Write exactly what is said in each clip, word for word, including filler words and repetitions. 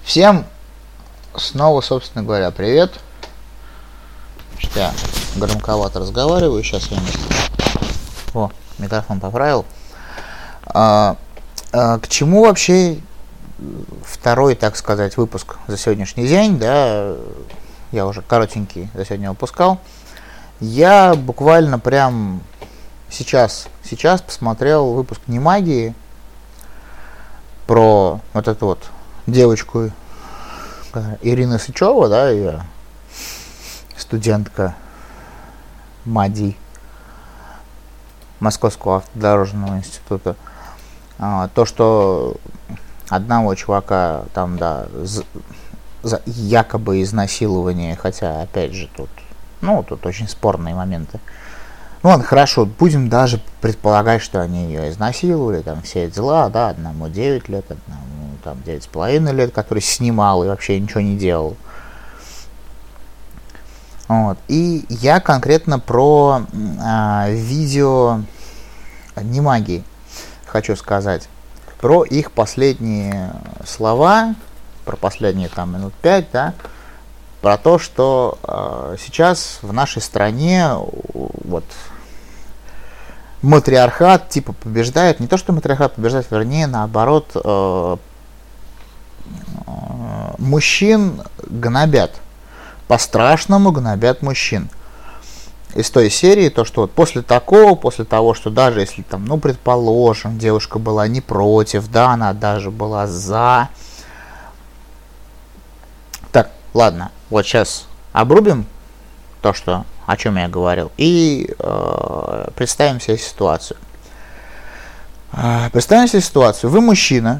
Всем снова, собственно говоря, привет. Что я громковато разговариваю сейчас я вместе. О, микрофон поправил. А, а, к чему вообще второй, так сказать, выпуск за сегодняшний день, да? Я уже коротенький за сегодня выпускал. Я буквально прям сейчас, сейчас посмотрел выпуск «Немагии» про вот эту вот девочку Ирина Сычева, да, ее студентка МАДИ, Московского автодорожного института. А, то, что одного чувака там, да, за, за якобы изнасилование, хотя, опять же, тут, ну, тут очень спорные моменты. Ну ладно, хорошо, будем даже предполагать, что они ее изнасиловали, там все дела, да, одному девять лет, одному там девять с половиной лет, который снимал и вообще ничего не делал. Вот. И я конкретно про а, видео Немагии хочу сказать. Про их последние слова, про последние там минут пять, да, про то, что э, сейчас в нашей стране вот матриархат типа побеждает, не то что матриархат побеждает, вернее наоборот, э, э, мужчин гнобят, по-страшному гнобят мужчин. Из той серии, то что вот после такого, после того, что даже если там, ну предположим, девушка была не против, да, она даже была за. Так, ладно, вот сейчас обрубим то, что, о чем я говорил, и э, представим себе ситуацию. Э, представим себе ситуацию. Вы мужчина,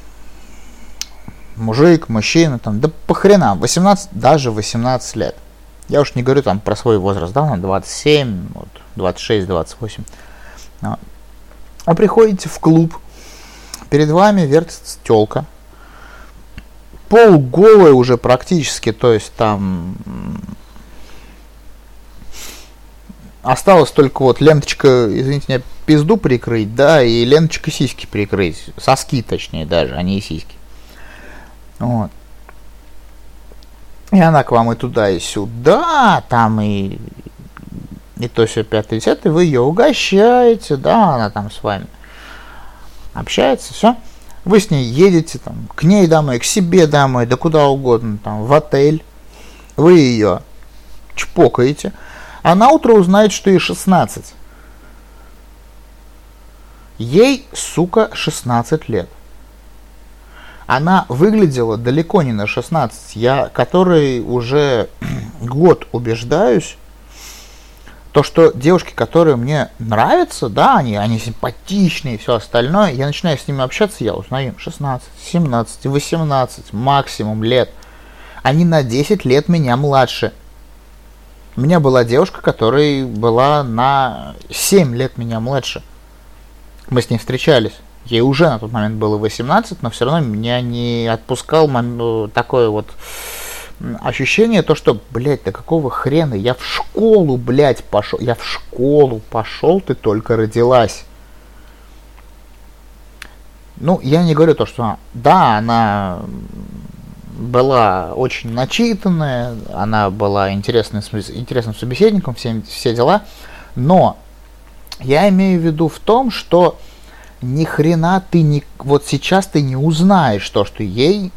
мужик, мужчина, там, да по хренам, восемнадцать, даже восемнадцать лет. Я уж не говорю там про свой возраст, да, на двадцать семь, вот, двадцать шесть, двадцать восемь. Вот. А приходите в клуб, перед вами вертится тёлка, полуголая уже практически, то есть там осталось только вот ленточка, извините меня, пизду прикрыть, да, и ленточка сиськи прикрыть, соски точнее даже, а не сиськи. Вот. И она к вам и туда, и сюда, там и, и то все пятое, десятое, вы ее угощаете, да, она там с вами общается, все. Вы с ней едете там, к ней домой, к себе домой, да куда угодно, там, в отель. Вы ее чпокаете, а на утро узнает, что ей шестнадцать. Ей, сука, шестнадцать лет. Она выглядела далеко не на шестнадцать. Я, который уже год убеждаюсь, то, что девушки, которые мне нравятся, да, они, они симпатичные и все остальное, я начинаю с ними общаться, я узнаю им шестнадцать, семнадцать, восемнадцать максимум лет. Они на десять лет меня младше. У меня была девушка, которая была на семь лет меня младше. Мы с ней встречались. Ей уже на тот момент было восемнадцать, но все равно меня не отпускал такое вот ощущение, то что, блядь, да какого хрена, я в школу, блядь, пошел, я в школу пошел, ты только родилась. Ну, я не говорю то, что, да, она была очень начитанная, она была интересным, интересным собеседником, все, все дела, но я имею в виду в том, что ни хрена ты не, вот сейчас ты не узнаешь то, что ей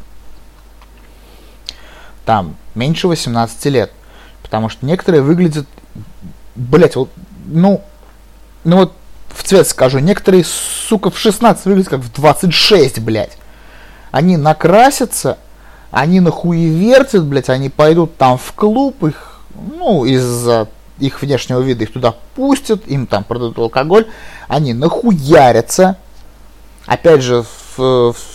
там меньше восемнадцати лет, потому что некоторые выглядят, блять, вот, ну, ну вот в цвет скажу, некоторые, сука, в шестнадцать выглядят как в двадцать шесть, блять. Они накрасятся, они нахуевертят, блять, они пойдут там в клуб, их, ну, из-за их внешнего вида их туда пустят, им там продадут алкоголь, они нахуярятся, опять же, в, в,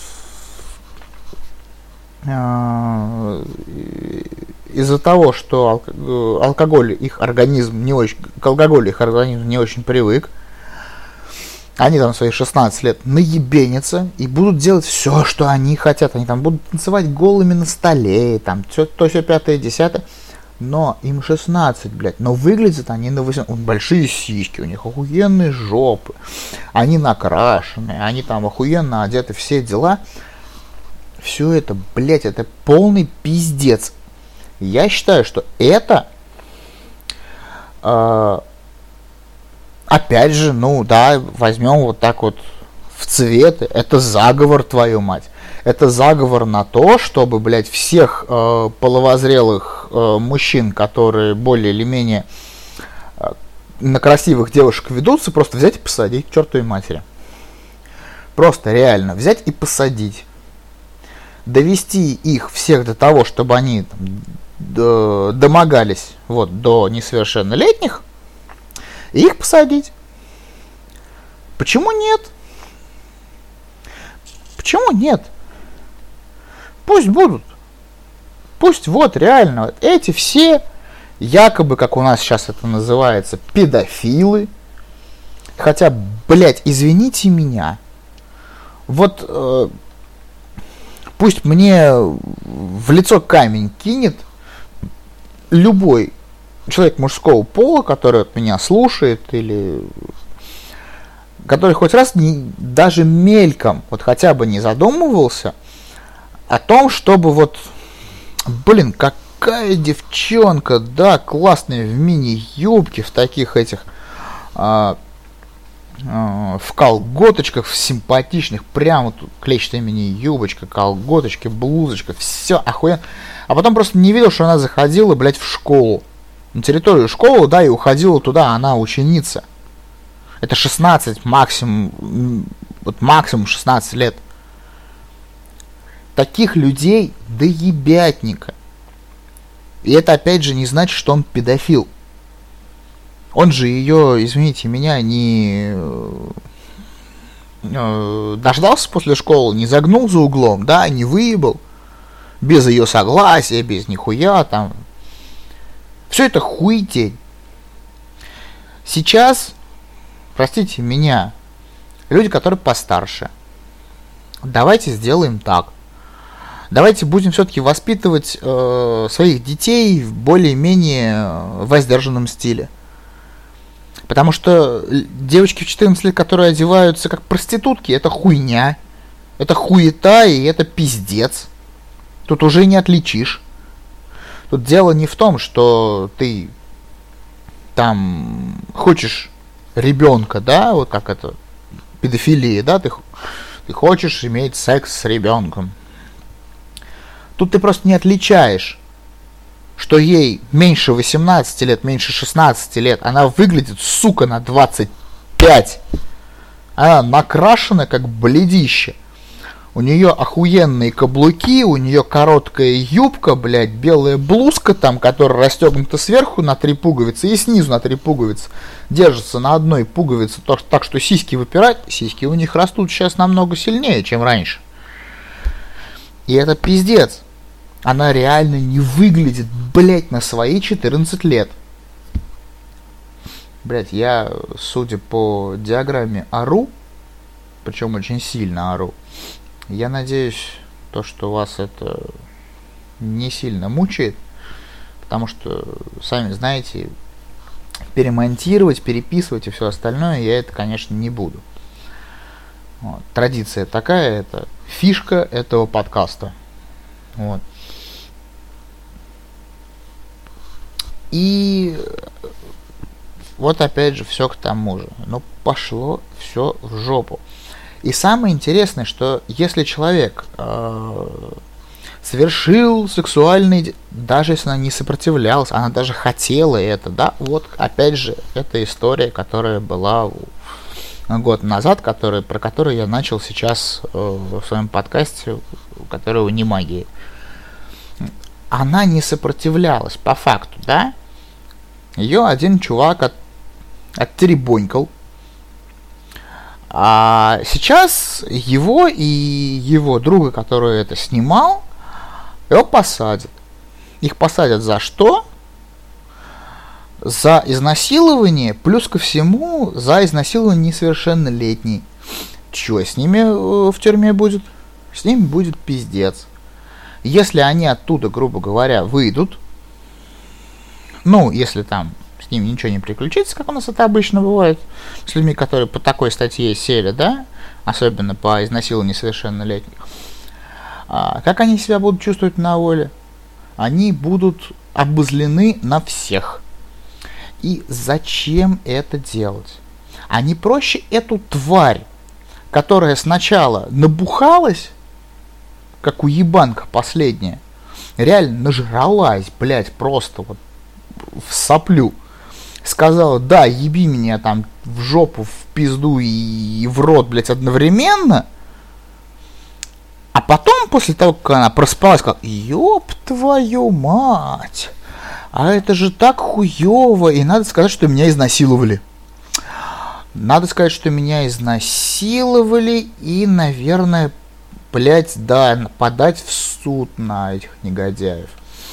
э, из-за того, что алк, алкоголь их организм не очень, к алкоголю их организм не очень привык, они там свои шестнадцать лет наебенятся и будут делать все, что они хотят, они там будут танцевать голыми на столе, там, все, то все пятое, десятое. Но им шестнадцать, блядь, но выглядят они на восемнадцать, большие сиськи, у них охуенные жопы, они накрашены, они там охуенно одеты, все дела. все это, блядь, это полный пиздец. Я считаю, что это, э, опять же, ну да, возьмем вот так вот в цветы, это заговор, твою мать. Это заговор на то, чтобы, блядь, всех э, половозрелых э, мужчин, которые более или менее э, на красивых девушек ведутся, просто взять и посадить к чертовой матери. Просто реально взять и посадить. Довести их всех до того, чтобы они там, д- домогались вот, до несовершеннолетних, и их посадить. Почему нет? Почему нет? Пусть будут. Пусть вот реально эти все, якобы, как у нас сейчас это называется, педофилы. Хотя, блядь, извините меня. Вот э, пусть мне в лицо камень кинет любой человек мужского пола, который от меня слушает, или который хоть раз не, даже мельком, вот хотя бы не задумывался о том, чтобы вот, блин, какая девчонка, да, классная в мини-юбке, в таких этих, а, а, в колготочках, в симпатичных, прямо тут клетчатая мини-юбочка, колготочки, блузочка, все охуенно. А потом просто не видел, что она заходила, блядь, в школу, на территорию школы, да, и уходила туда, она ученица. Это шестнадцать максимум, вот максимум шестнадцать лет. Таких людей до ебятника. И это опять же не значит, что он педофил. Он же ее, извините меня, не э, дождался после школы, не загнул за углом, да, не выебал. Без ее согласия, без нихуя там. Все это хуетень. Сейчас, простите меня, люди, которые постарше, давайте сделаем так. Давайте будем все-таки воспитывать э, своих детей в более-менее воздержанном стиле. Потому что девочки в четырнадцать лет, которые одеваются как проститутки, это хуйня. Это хуета и это пиздец. Тут уже не отличишь. Тут дело не в том, что ты там хочешь ребенка, да, вот как это, педофилия, да, ты, ты хочешь иметь секс с ребенком. Тут ты просто не отличаешь, что ей меньше восемнадцати лет, меньше шестнадцати лет, она выглядит, сука, на двадцать пять. Она накрашена как бледище. У нее охуенные каблуки, у нее короткая юбка, блядь, белая блузка там, которая расстегнута сверху на три пуговицы и снизу на три пуговицы. Держится на одной пуговице так, так что сиськи выпирать. Сиськи у них растут сейчас намного сильнее, чем раньше. И это пиздец. Она реально не выглядит, блядь, на свои четырнадцать лет. Блядь, я, судя по диаграмме, ору. Причем очень сильно ору. Я надеюсь, то, что вас это не сильно мучает. Потому что, сами знаете, перемонтировать, переписывать и все остальное я это, конечно, не буду. Вот. Традиция такая, это фишка этого подкаста. Вот. И вот опять же все к тому же. Ну, пошло все в жопу. И самое интересное, что если человек э, совершил сексуальный, даже если она не сопротивлялась, она даже хотела это, да, вот опять же, эта история, которая была год назад, который, про которую я начал сейчас э, в своем подкасте, у которого не магии. Она не сопротивлялась, по факту, да? Ее один чувак от, оттеребонькал. А сейчас его и его друга, который это снимал, его посадят. Их посадят за что? За изнасилование, плюс ко всему за изнасилование несовершеннолетней. Чё с ними в тюрьме будет? С ними будет пиздец. Если они оттуда, грубо говоря, выйдут, ну, если там с ними ничего не приключится, как у нас это обычно бывает, с людьми, которые по такой статье сели, да, особенно по изнасилованию несовершеннолетних, А как они себя будут чувствовать на воле? Они будут обозлены на всех. И зачем это делать? А не проще эту тварь, которая сначала набухалась, как уебанка последняя, реально нажралась, блядь, просто вот в соплю, сказала: да, еби меня там в жопу, в пизду и в рот, блядь, одновременно. А потом, после того, как она проспалась, сказала: ёб твою мать, а это же так хуёво, и надо сказать, что меня изнасиловали. Надо сказать, что меня изнасиловали, и, наверное, блядь, да, подать в суд на этих негодяев.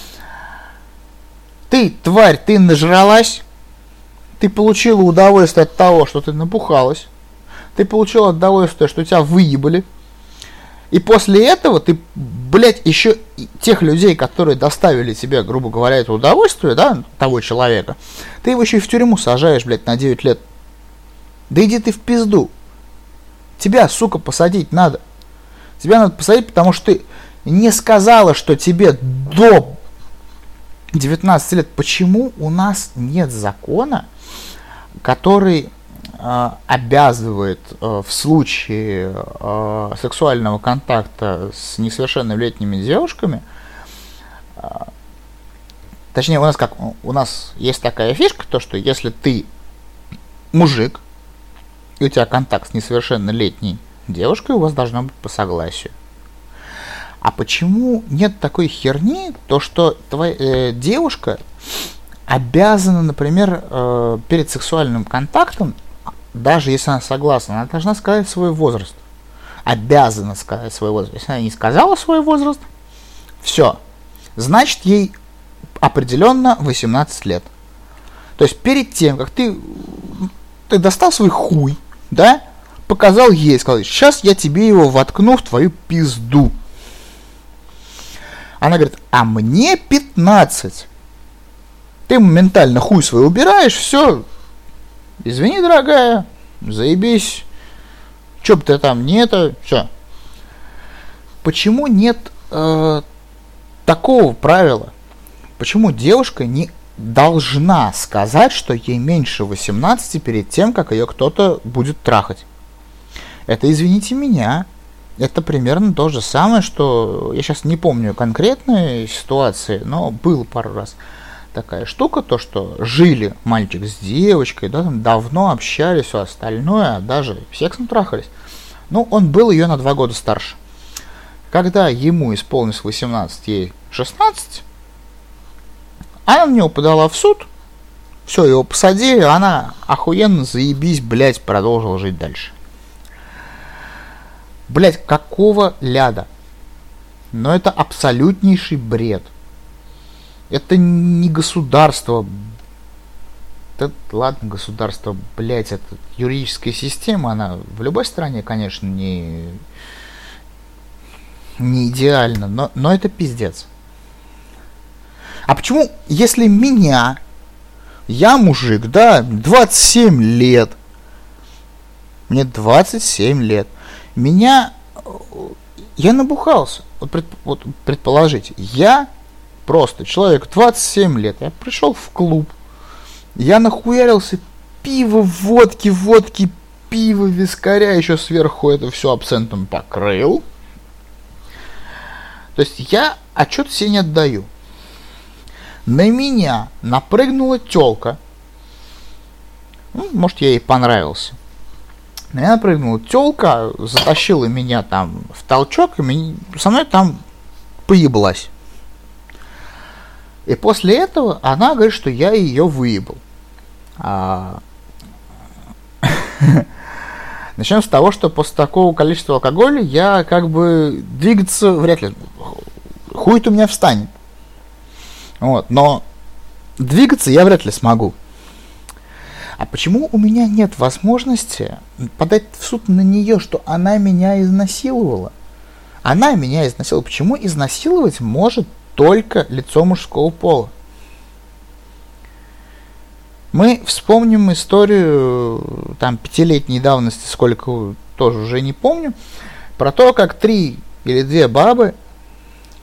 Ты, тварь, ты нажралась, ты получила удовольствие от того, что ты набухалась, ты получила удовольствие, что тебя выебали, и после этого ты, блядь, еще тех людей, которые доставили тебе, грубо говоря, это удовольствие, да, того человека, ты его еще и в тюрьму сажаешь, блядь, на девять лет. Да иди ты в пизду. Тебя, сука, посадить надо. Тебя надо посадить, потому что ты не сказала, что тебе до девятнадцати лет. Почему у нас нет закона, который э, обязывает э, в случае э, сексуального контакта с несовершеннолетними девушками, э, точнее, у нас как, у нас есть такая фишка, то что если ты мужик, и у тебя контакт с несовершеннолетней девушкой, у вас должно быть по согласию. А почему нет такой херни, то что твоя э, девушка обязана, например, э, перед сексуальным контактом, даже если она согласна, она должна сказать свой возраст. Обязана сказать свой возраст. Если она не сказала свой возраст, все. Значит, ей определенно восемнадцать лет. То есть перед тем, как ты, ты достал свой хуй, да, показал ей, сказал: сейчас я тебе его воткну в твою пизду. Она говорит: а мне пятнадцать. Ты моментально хуй свой убираешь, все. Извини, дорогая, заебись. Че бы ты там не это, все. Почему нет э, такого правила? Почему девушка не должна сказать, что ей меньше восемнадцати перед тем, как ее кто-то будет трахать? Это, извините меня, это примерно то же самое, что... Я сейчас не помню конкретной ситуации, но было пару раз такая штука, то, что жили мальчик с девочкой, да, там давно общались, все остальное, даже сексом трахались. Ну, он был ее на два года старше. Когда ему исполнилось восемнадцать, ей шестнадцать, она на него подала в суд, все, его посадили, она охуенно, заебись, блядь, продолжила жить дальше. Блядь, какого ляда? Но это абсолютнейший бред. Это не государство. Да, ладно, государство, блядь, это юридическая система, она в любой стране, конечно, не, не идеальна, но, но это пиздец. А почему, если меня, я мужик, да, двадцать семь лет, мне двадцать семь лет, меня, я набухался, вот, пред, вот предположите, я просто человек двадцать семь лет, я пришел в клуб, я нахуярился пиво, водки, водки, пиво, вискаря, еще сверху это все абсентом покрыл. То есть я отчет себе не отдаю. На меня напрыгнула тёлка. Ну, может, я ей понравился. На меня напрыгнула тёлка, затащила меня там в толчок, и меня, со мной там поеблась. И после этого она говорит, что я ее выебал. А... Начнем с того, что после такого количества алкоголя я как бы двигаться вряд ли. Хуй-то у меня встанет. Вот, но двигаться я вряд ли смогу. А почему у меня нет возможности подать в суд на нее, что она меня изнасиловала? Она меня изнасиловала. Почему изнасиловать может только лицо мужского пола? Мы вспомним историю там пятилетней давности, сколько тоже уже не помню, про то, как три или две бабы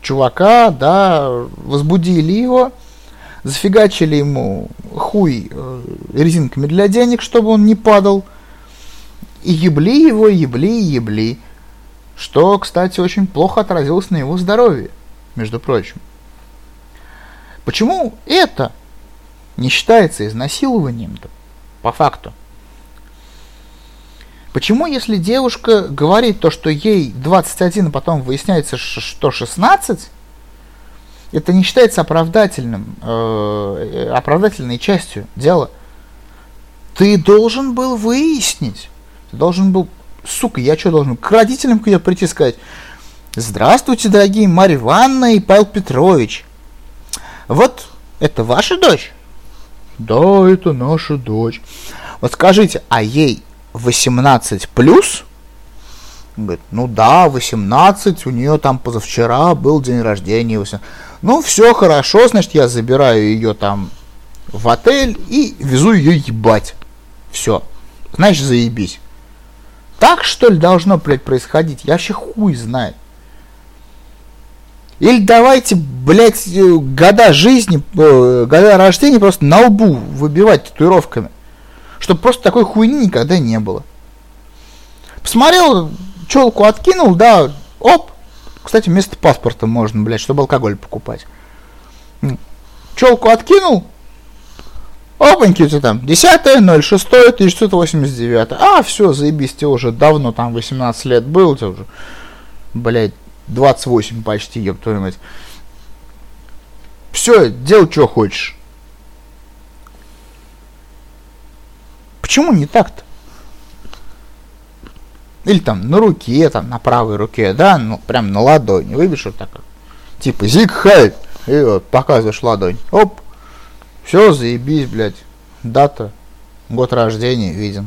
чувака, да, возбудили его, зафигачили ему хуй э, резинками для денег, чтобы он не падал, и ебли его, ебли, ебли, что, кстати, очень плохо отразилось на его здоровье, между прочим. Почему это не считается изнасилованием-то, по факту? Почему, если девушка говорит то, что ей двадцать один, а потом выясняется, что шестнадцать, это не считается оправдательным, э, оправдательной частью дела? Ты должен был выяснить. Ты должен был, сука, я что должен, к родителям к ее прийти и сказать: здравствуйте, дорогие Марья Ивановна и Павел Петрович. Вот это ваша дочь? Да, это наша дочь. Вот скажите, а ей восемнадцать плюс? Говорит, ну да, восемнадцать, у нее там позавчера был день рождения. восемнадцать. Ну все хорошо, значит, я забираю ее там в отель и везу ее ебать. Все, значит, заебись. Так, что ли, должно, блядь, происходить? Я вообще хуй знаю. Или давайте, блядь, года жизни, года рождения просто на лбу выбивать татуировками. Чтобы просто такой хуйни никогда не было. Посмотрел, челку откинул, да, оп. Кстати, вместо паспорта можно, блядь, чтобы алкоголь покупать. Челку откинул. Опаньки, у тебя там десятое ноль шестое тысяча девятьсот восемьдесят девятое. А, все, заебись, тебе уже давно там восемнадцать лет был, у тебя уже, блядь, двадцать восемь почти, ёб твою мать. Все, делай, что хочешь. Почему не так-то? Или там на руке, там на правой руке, да, ну прям на ладони. Выберешь вот так, типа зиг хай, и вот показываешь ладонь. Оп, все, заебись, блядь. Дата, год рождения виден.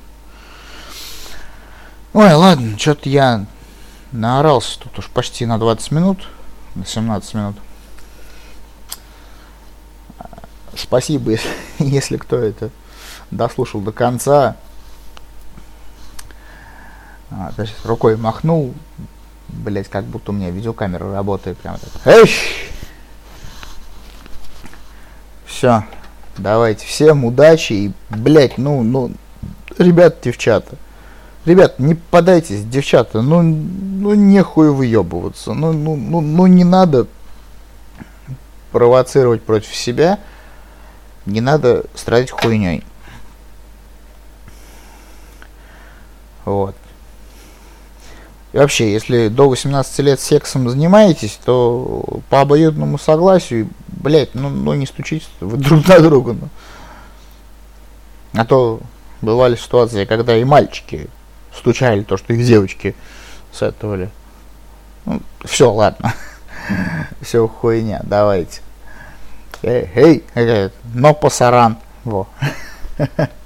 Ой, ладно, что-то я наорался тут уж почти на двадцать минут, на семнадцать минут. Спасибо, если, если кто это дослушал до конца. А, то есть рукой махнул, блять, как будто у меня видеокамера работает. Прям так. Эйш! Все, давайте, всем удачи и, блять, ну, ну, ребят, девчата. Ребят, не подайтесь, девчата, ну, ну нехуй выебываться. Ну, ну, ну, ну не надо провоцировать против себя. Не надо страдать хуйней. Вот. И вообще, если до восемнадцати лет сексом занимаетесь, то по обоюдному согласию, блять, ну, ну не стучитесь вы друг на друга. Ну. А то бывали ситуации, когда и мальчики стучали то, что их девочки сетовали. Ну, все, ладно. Все хуйня, давайте. Эй, эй, но пасаран. Во.